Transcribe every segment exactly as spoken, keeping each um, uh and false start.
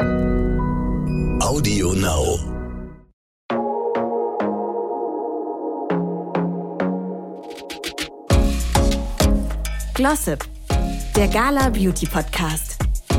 Audio Now. Glossip, der Gala Beauty Podcast.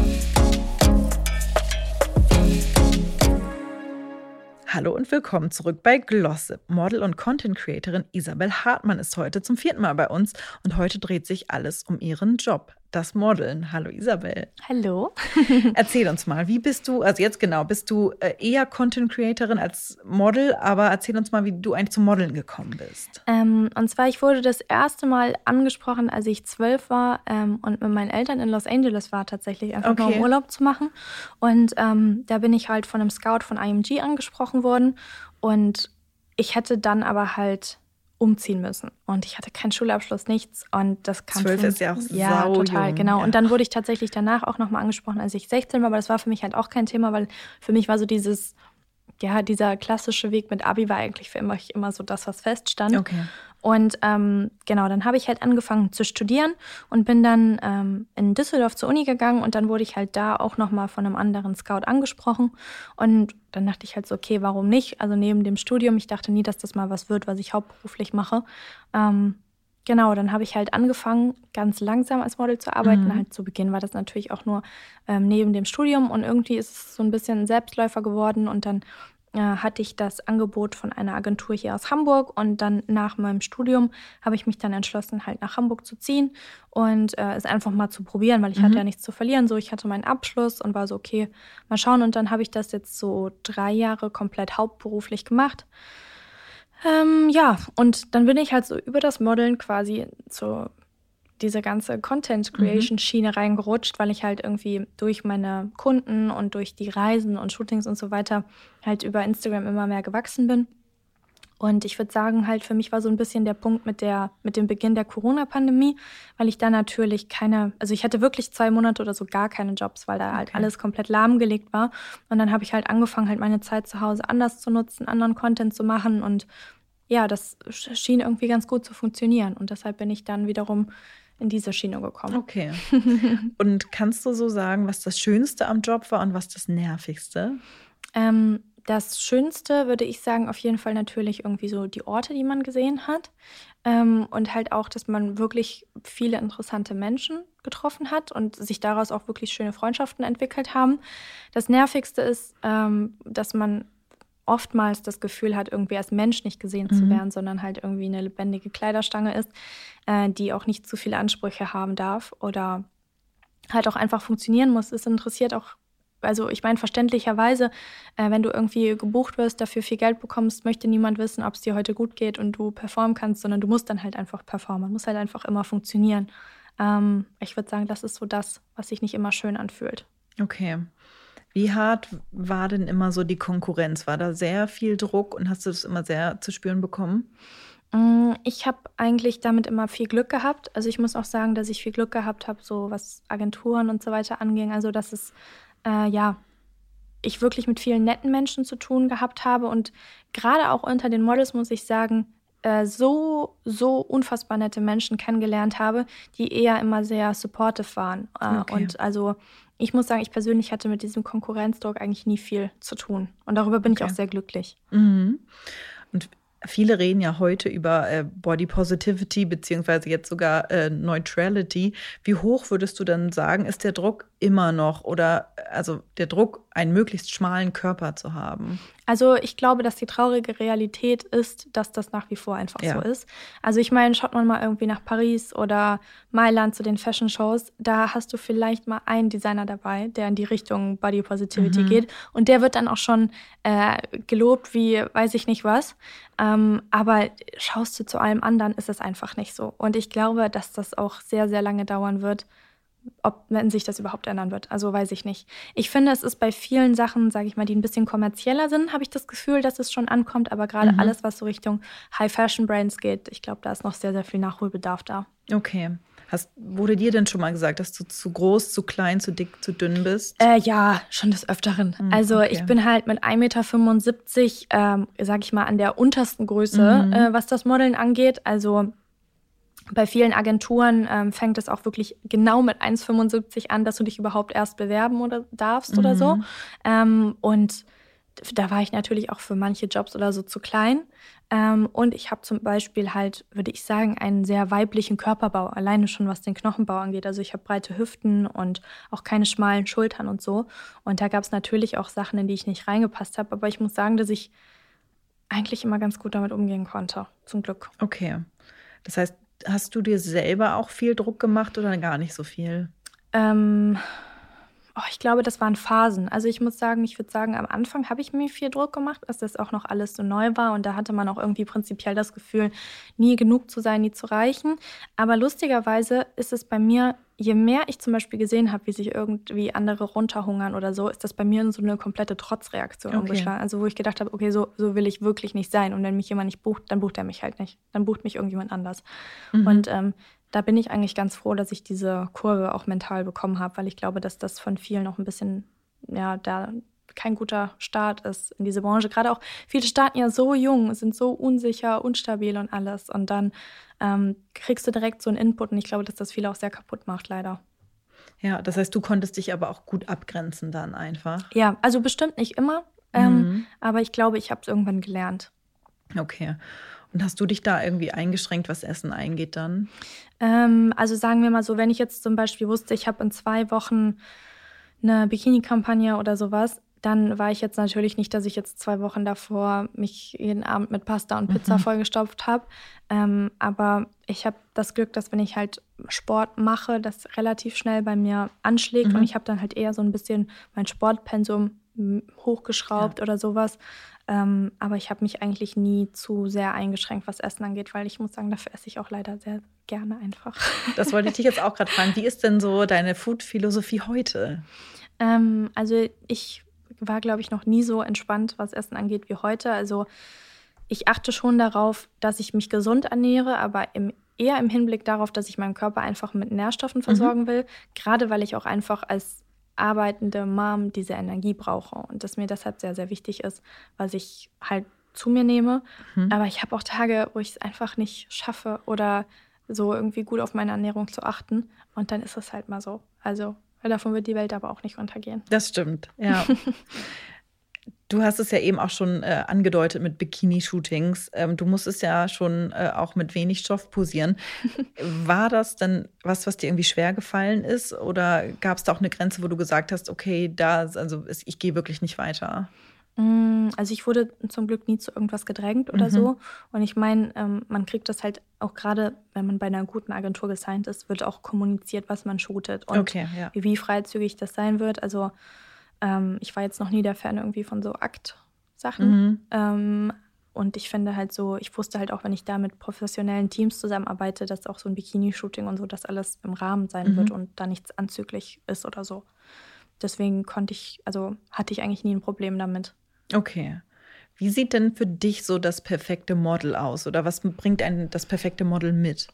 Hallo und willkommen zurück bei Glossip. Model und Content Creatorin Isabel Hartmann ist heute zum vierten Mal bei uns und heute dreht sich alles um ihren Job, das Modeln. Hallo Isabel. Hallo. Erzähl uns mal, wie bist du, also jetzt genau, bist du eher Content Creatorin als Model, aber erzähl uns mal, wie du eigentlich zum Modeln gekommen bist. Ähm, und zwar, ich wurde das erste Mal angesprochen, als ich zwölf war ähm, und mit meinen Eltern in Los Angeles war, tatsächlich einfach Okay. nur um Urlaub zu machen. Und ähm, da bin ich halt von einem Scout von I M G angesprochen worden und ich hätte dann aber halt umziehen müssen. Und ich hatte keinen Schulabschluss, nichts. Und das kam Zwölf für- ist ja auch Ja, sau total, jung, genau. ja. Und dann wurde ich tatsächlich danach auch nochmal angesprochen, als ich sechzehn war, aber das war für mich halt auch kein Thema, weil für mich war so dieses, ja, dieser klassische Weg mit Abi war eigentlich für immer, immer so das, was feststand. Okay. Und ähm, genau, dann habe ich halt angefangen zu studieren und bin dann ähm, in Düsseldorf zur Uni gegangen und dann wurde ich halt da auch nochmal von einem anderen Scout angesprochen und dann dachte ich halt so, okay, warum nicht? Also neben dem Studium, ich dachte nie, dass das mal was wird, was ich hauptberuflich mache. Ähm, genau, dann habe ich halt angefangen, ganz langsam als Model zu arbeiten. Mhm. Halt zu Beginn war das natürlich auch nur ähm, neben dem Studium und irgendwie ist es so ein bisschen ein Selbstläufer geworden und dann äh, hatte ich das Angebot von einer Agentur hier aus Hamburg und dann nach meinem Studium habe ich mich dann entschlossen, halt nach Hamburg zu ziehen und äh, es einfach mal zu probieren, weil ich Mhm. hatte ja nichts zu verlieren. So, ich hatte meinen Abschluss und war so, okay, mal schauen. Und dann habe ich das jetzt so drei Jahre komplett hauptberuflich gemacht. Ähm, ja, und dann bin ich halt so über das Modeln quasi zu diese ganze Content-Creation-Schiene reingerutscht, weil ich halt irgendwie durch meine Kunden und durch die Reisen und Shootings und so weiter halt über Instagram immer mehr gewachsen bin. Und ich würde sagen, halt für mich war so ein bisschen der Punkt mit der mit dem Beginn der Corona-Pandemie, weil ich da natürlich keine, also ich hatte wirklich zwei Monate oder so gar keine Jobs, weil da halt Okay. alles komplett lahmgelegt war. Und dann habe ich halt angefangen, halt meine Zeit zu Hause anders zu nutzen, anderen Content zu machen und ja, das sch- schien irgendwie ganz gut zu funktionieren. Und deshalb bin ich dann wiederum in diese Schiene gekommen. Okay. Und kannst du so sagen, was das Schönste am Job war und was das Nervigste? Ähm, das Schönste würde ich sagen, auf jeden Fall natürlich irgendwie so die Orte, die man gesehen hat. Ähm, und halt auch, dass man wirklich viele interessante Menschen getroffen hat und sich daraus auch wirklich schöne Freundschaften entwickelt haben. Das Nervigste ist, ähm, dass man oftmals das Gefühl hat, irgendwie als Mensch nicht gesehen zu Mhm. werden, sondern halt irgendwie eine lebendige Kleiderstange ist, äh, die auch nicht zu viele Ansprüche haben darf oder halt auch einfach funktionieren muss. Es interessiert auch, also ich meine verständlicherweise, äh, wenn du irgendwie gebucht wirst, dafür viel Geld bekommst, möchte niemand wissen, ob es dir heute gut geht und du performen kannst, sondern du musst dann halt einfach performen. Man muss halt einfach immer funktionieren. Ähm, ich würde sagen, das ist so das, was sich nicht immer schön anfühlt. Okay. Wie hart war denn immer so die Konkurrenz? War da sehr viel Druck und hast du das immer sehr zu spüren bekommen? Mm, Ich habe eigentlich damit immer viel Glück gehabt. Also ich muss auch sagen, dass ich viel Glück gehabt habe, so was Agenturen und so weiter anging. Also dass es, äh, ja, ich wirklich mit vielen netten Menschen zu tun gehabt habe. Und gerade auch unter den Models muss ich sagen, äh, so, so unfassbar nette Menschen kennengelernt habe, die eher immer sehr supportive waren. Äh, Okay. Und also ich muss sagen, ich persönlich hatte mit diesem Konkurrenzdruck eigentlich nie viel zu tun. Und darüber bin Okay. ich auch sehr glücklich. Mhm. Und viele reden ja heute über äh, Body Positivity beziehungsweise jetzt sogar äh, Neutrality. Wie hoch würdest du dann sagen, ist der Druck immer noch oder äh, also der Druck, einen möglichst schmalen Körper zu haben? Also ich glaube, dass die traurige Realität ist, dass das nach wie vor einfach Ja. so ist. Also ich meine, schaut man mal irgendwie nach Paris oder Mailand zu den Fashion-Shows, da hast du vielleicht mal einen Designer dabei, der in die Richtung Body Positivity Mhm. geht. Und der wird dann auch schon äh, gelobt wie weiß ich nicht was. Ähm, aber schaust du zu allem anderen, ist es einfach nicht so. Und ich glaube, dass das auch sehr, sehr lange dauern wird, ob wenn sich das überhaupt ändern wird. Also weiß ich nicht. Ich finde, es ist bei vielen Sachen, sage ich mal, die ein bisschen kommerzieller sind, habe ich das Gefühl, dass es schon ankommt. Aber gerade Mhm. alles, was so Richtung High-Fashion-Brands geht, ich glaube, da ist noch sehr, sehr viel Nachholbedarf da. Okay. Hast, wurde dir denn schon mal gesagt, dass du zu groß, zu klein, zu dick, zu dünn bist? Äh, ja, schon des Öfteren. Hm, Also okay. ich bin halt mit ein Meter fünfundsiebzig, ähm, sage ich mal, an der untersten Größe, Mhm. äh, was das Modeln angeht. Also Bei vielen Agenturen ähm, fängt es auch wirklich genau mit eins Komma fünfundsiebzig an, dass du dich überhaupt erst bewerben oder darfst mhm. oder so. Ähm, und da war ich natürlich auch für manche Jobs oder so zu klein. Ähm, und ich habe zum Beispiel halt, würde ich sagen, einen sehr weiblichen Körperbau, alleine schon was den Knochenbau angeht. Also ich habe breite Hüften und auch keine schmalen Schultern und so. Und da gab es natürlich auch Sachen, in die ich nicht reingepasst habe. Aber ich muss sagen, dass ich eigentlich immer ganz gut damit umgehen konnte, zum Glück. Okay. Das heißt, hast du dir selber auch viel Druck gemacht oder gar nicht so viel? Ähm... Oh, ich glaube, das waren Phasen. Also ich muss sagen, ich würde sagen, am Anfang habe ich mir viel Druck gemacht, dass das auch noch alles so neu war. Und da hatte man auch irgendwie prinzipiell das Gefühl, nie genug zu sein, nie zu reichen. Aber lustigerweise ist es bei mir, je mehr ich zum Beispiel gesehen habe, wie sich irgendwie andere runterhungern oder so, ist das bei mir in so eine komplette Trotzreaktion okay. umgeschlagen. Also wo ich gedacht habe, okay, so, so will ich wirklich nicht sein. Und wenn mich jemand nicht bucht, dann bucht er mich halt nicht. Dann bucht mich irgendjemand anders. Mhm. Und ähm, da bin ich eigentlich ganz froh, dass ich diese Kurve auch mental bekommen habe, weil ich glaube, dass das von vielen noch ein bisschen, ja, da kein guter Start ist in diese Branche. Gerade auch viele starten ja so jung, sind so unsicher, unstabil und alles. Und dann ähm, kriegst du direkt so einen Input und ich glaube, dass das viele auch sehr kaputt macht, leider. Ja, das heißt, du konntest dich aber auch gut abgrenzen dann einfach. Ja, also bestimmt nicht immer, ähm, mhm. aber ich glaube, ich habe es irgendwann gelernt. Okay. Und hast du dich da irgendwie eingeschränkt, was Essen eingeht dann? Ähm, also sagen wir mal so, wenn ich jetzt zum Beispiel wusste, ich habe in zwei Wochen eine Bikini-Kampagne oder sowas, dann war ich jetzt natürlich nicht, dass ich jetzt zwei Wochen davor mich jeden Abend mit Pasta und Pizza mhm. vollgestopft habe. Ähm, aber ich habe das Glück, dass wenn ich halt Sport mache, das relativ schnell bei mir anschlägt. Mhm. Und ich habe dann halt eher so ein bisschen mein Sportpensum hochgeschraubt ja. oder sowas. Ähm, aber ich habe mich eigentlich nie zu sehr eingeschränkt, was Essen angeht, weil ich muss sagen, dafür esse ich auch leider sehr gerne einfach. Das wollte ich dich jetzt auch gerade fragen. Wie ist denn so deine Food-Philosophie heute? Ähm, also ich war, glaube ich, noch nie so entspannt, was Essen angeht, wie heute. Also ich achte schon darauf, dass ich mich gesund ernähre, aber im, eher im Hinblick darauf, dass ich meinen Körper einfach mit Nährstoffen versorgen mhm. will. Gerade weil ich auch einfach als arbeitende Mom diese Energie brauche und das mir deshalb sehr, sehr wichtig ist, was ich halt zu mir nehme. Mhm. Aber ich habe auch Tage, wo ich es einfach nicht schaffe oder so irgendwie gut auf meine Ernährung zu achten. Und dann ist es halt mal so. Also davon wird die Welt aber auch nicht untergehen. Das stimmt, ja. Du hast es ja eben auch schon äh, angedeutet mit Bikini-Shootings. Ähm, du musstest ja schon äh, auch mit wenig Stoff posieren. War das dann was, was dir irgendwie schwer gefallen ist? Oder gab es da auch eine Grenze, wo du gesagt hast, okay, da, also ich gehe wirklich nicht weiter? Also ich wurde zum Glück nie zu irgendwas gedrängt oder mhm. so. Und ich meine, ähm, man kriegt das halt auch gerade, wenn man bei einer guten Agentur gesigned ist, wird auch kommuniziert, was man shootet und okay, ja. wie freizügig das sein wird. Also ähm, ich war jetzt noch nie der Fan irgendwie von so Akt-Sachen. Mhm. Ähm, und ich finde halt so, ich wusste halt auch, wenn ich da mit professionellen Teams zusammenarbeite, dass auch so ein Bikini-Shooting und so, dass alles im Rahmen sein mhm. wird und da nichts anzüglich ist oder so. Deswegen konnte ich, also hatte ich eigentlich nie ein Problem damit. Okay. Wie sieht denn für dich so das perfekte Model aus? Oder was bringt ein das perfekte Model mit?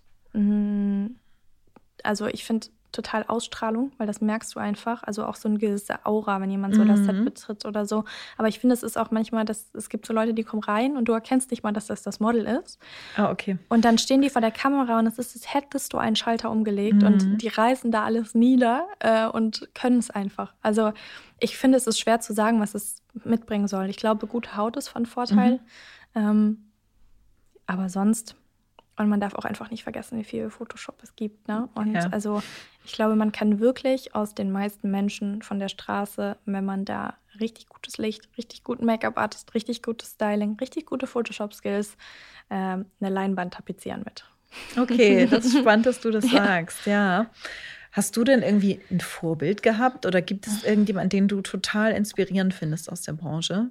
Also ich finde total Ausstrahlung, weil das merkst du einfach. Also auch so eine gewisse Aura, wenn jemand so mhm. das Set betritt oder so. Aber ich finde, es ist auch manchmal, dass es gibt so Leute, die kommen rein und du erkennst nicht mal, dass das das Model ist. Ah, okay. Und dann stehen die vor der Kamera und es ist, als hättest du einen Schalter umgelegt mhm. und die reißen da alles nieder äh, und können es einfach. Also ich finde, es ist schwer zu sagen, was es mitbringen soll. Ich glaube, gute Haut ist von Vorteil. Mhm. Ähm, aber sonst, und man darf auch einfach nicht vergessen, wie viel Photoshop es gibt. Ne? Und ja. also ich glaube, man kann wirklich aus den meisten Menschen von der Straße, wenn man da richtig gutes Licht, richtig guten Make-up-Artist, richtig gutes Styling, richtig gute Photoshop-Skills, äh, eine Leinwand tapezieren mit. Okay, das ist spannend, dass du das ja. sagst, ja. Hast du denn irgendwie ein Vorbild gehabt oder gibt es irgendjemanden, den du total inspirierend findest aus der Branche?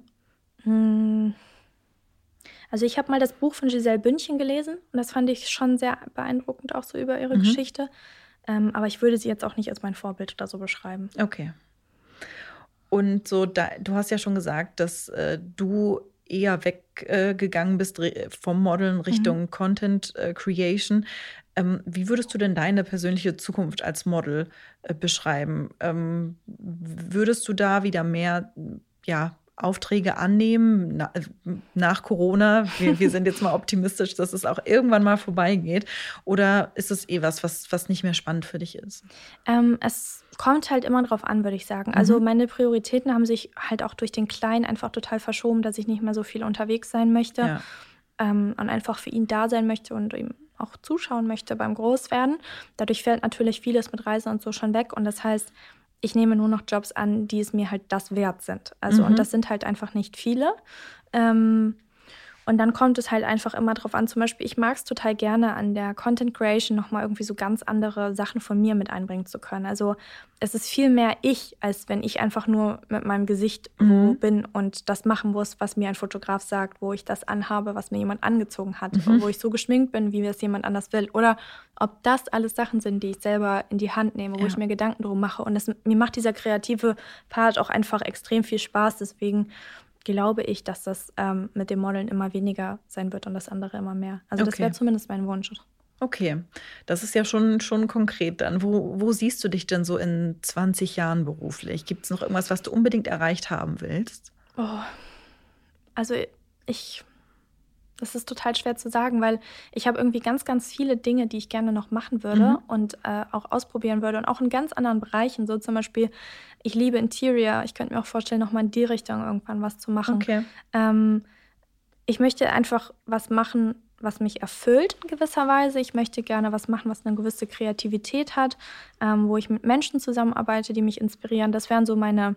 Also ich habe mal das Buch von Giselle Bündchen gelesen und das fand ich schon sehr beeindruckend, auch so über ihre mhm. Geschichte. Ähm, aber ich würde sie jetzt auch nicht als mein Vorbild oder so beschreiben. Okay. Und so, da, du hast ja schon gesagt, dass äh, du eher weggegangen äh, bist re- vom Modeln Richtung mhm. Content äh, Creation. Ähm, wie würdest du denn deine persönliche Zukunft als Model äh, beschreiben? Ähm, würdest du da wieder mehr ja, Aufträge annehmen na, nach Corona? Wir, wir sind jetzt mal optimistisch, dass es auch irgendwann mal vorbeigeht. Oder ist es eh was, was, was nicht mehr spannend für dich ist? Ähm, es kommt halt immer drauf an, würde ich sagen. Also meine Prioritäten haben sich halt auch durch den Kleinen einfach total verschoben, dass ich nicht mehr so viel unterwegs sein möchte Ja. ähm, und einfach für ihn da sein möchte und ihm auch zuschauen möchte beim Großwerden. Dadurch fällt natürlich vieles mit Reisen und so schon weg. Und das heißt, ich nehme nur noch Jobs an, die es mir halt das wert sind. Also, Mhm. und das sind halt einfach nicht viele. Ähm, und dann kommt es halt einfach immer drauf an. Zum Beispiel, ich mag es total gerne, an der Content Creation nochmal irgendwie so ganz andere Sachen von mir mit einbringen zu können. Also es ist viel mehr ich, als wenn ich einfach nur mit meinem Gesicht wo Mhm. bin und das machen muss, was mir ein Fotograf sagt, wo ich das anhabe, was mir jemand angezogen hat, Mhm. wo ich so geschminkt bin, wie es jemand anders will. Oder ob das alles Sachen sind, die ich selber in die Hand nehme, wo Ja. ich mir Gedanken drum mache. Und das, mir macht dieser kreative Part auch einfach extrem viel Spaß. Deswegen glaube ich, dass das ähm, mit dem Modeln immer weniger sein wird und das andere immer mehr. Also das Okay. wäre zumindest mein Wunsch. Okay, das ist ja schon, schon konkret dann. Wo, wo siehst du dich denn so in zwanzig Jahren beruflich? Gibt es noch irgendwas, was du unbedingt erreicht haben willst? Oh. Also ich, das ist total schwer zu sagen, weil ich habe irgendwie ganz, ganz viele Dinge, die ich gerne noch machen würde Mhm. und äh, auch ausprobieren würde und auch in ganz anderen Bereichen. So zum Beispiel, ich liebe Interior. Ich könnte mir auch vorstellen, nochmal in die Richtung irgendwann was zu machen. Okay. Ähm, ich möchte einfach was machen, was mich erfüllt in gewisser Weise. Ich möchte gerne was machen, was eine gewisse Kreativität hat, ähm, wo ich mit Menschen zusammenarbeite, die mich inspirieren. Das wären so meine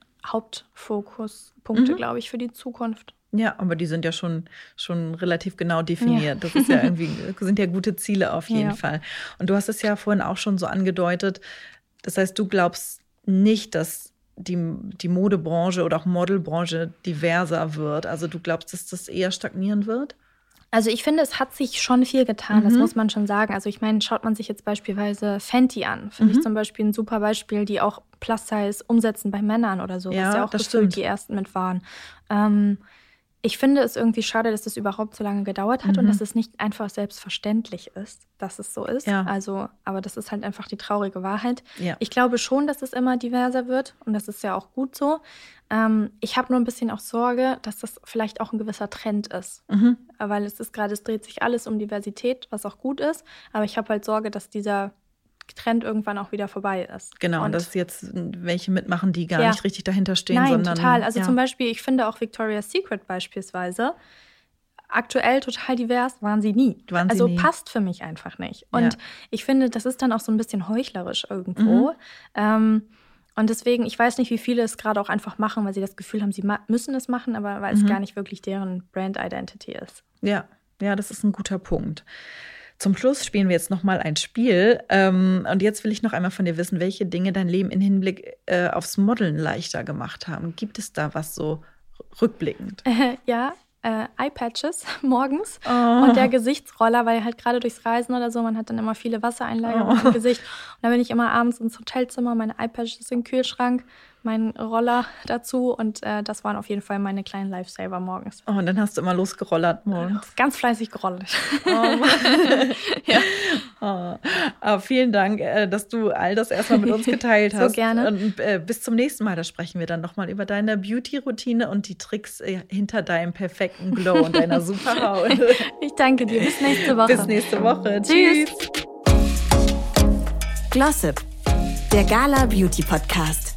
Hauptfokuspunkte, Mhm. glaube ich, für die Zukunft. Ja, aber die sind ja schon, schon relativ genau definiert. Das ist ja irgendwie, sind ja gute Ziele auf jeden Ja. Fall. Und du hast es ja vorhin auch schon so angedeutet. Das heißt, du glaubst nicht, dass die, die Modebranche oder auch Modelbranche diverser wird. Also du glaubst, dass das eher stagnieren wird? Also ich finde, es hat sich schon viel getan, das Mhm. muss man schon sagen. Also ich meine, schaut man sich jetzt beispielsweise Fenty an, finde Mhm. ich zum Beispiel ein super Beispiel, die auch Plus-Size umsetzen bei Männern oder so, Ja, was ja auch das gefühlt stimmt. die ersten mit waren. Ähm, ich finde es irgendwie schade, dass das überhaupt so lange gedauert hat und Mhm. dass es nicht einfach selbstverständlich ist, dass es so ist. Ja. Also, aber das ist halt einfach die traurige Wahrheit. Ja. Ich glaube schon, dass es immer diverser wird und das ist ja auch gut so. Ähm, ich habe nur ein bisschen auch Sorge, dass das vielleicht auch ein gewisser Trend ist. Mhm. Weil es ist gerade, es dreht sich alles um Diversität, was auch gut ist. Aber ich habe halt Sorge, dass dieser Trend irgendwann auch wieder vorbei ist. Genau, und Und dass jetzt welche mitmachen, die gar Ja. nicht richtig dahinter stehen, Nein, sondern. total. Also ja. zum Beispiel, ich finde auch Victoria's Secret beispielsweise aktuell total divers waren sie nie. Waren sie also nie. passt für mich einfach nicht. Und Ja. ich finde, das ist dann auch so ein bisschen heuchlerisch irgendwo. Mhm. Ähm, und deswegen, ich weiß nicht, wie viele es gerade auch einfach machen, weil sie das Gefühl haben, sie ma- müssen es machen, aber weil Mhm. es gar nicht wirklich deren Brand Identity ist. Ja, ja, das ist ein guter Punkt. Zum Schluss spielen wir jetzt noch mal ein Spiel. Ähm, und jetzt will ich noch einmal von dir wissen, welche Dinge dein Leben im Hinblick äh, aufs Modeln leichter gemacht haben. Gibt es da was so rückblickend? Äh, ja, äh, Eyepatches morgens Oh. und der Gesichtsroller, weil halt gerade durchs Reisen oder so, man hat dann immer viele Wassereinlagerungen Oh. im Gesicht. Und dann bin ich immer abends ins Hotelzimmer, meine Eyepatches in den Kühlschrank, mein Roller dazu und äh, das waren auf jeden Fall meine kleinen Lifesaver morgens. Oh, und dann hast du immer losgerollert morgens. Ganz fleißig gerollt. Oh, Mann. Ja. Oh. Aber vielen Dank, äh, dass du all das erstmal mit uns geteilt So hast. gerne. Und äh, bis zum nächsten Mal, da sprechen wir dann nochmal über deine Beauty-Routine und die Tricks äh, hinter deinem perfekten Glow und deiner super Haut. Ich danke dir. Bis nächste Woche. Bis nächste Woche. Tschüss. Tschüss. Glossip, der Gala Beauty Podcast.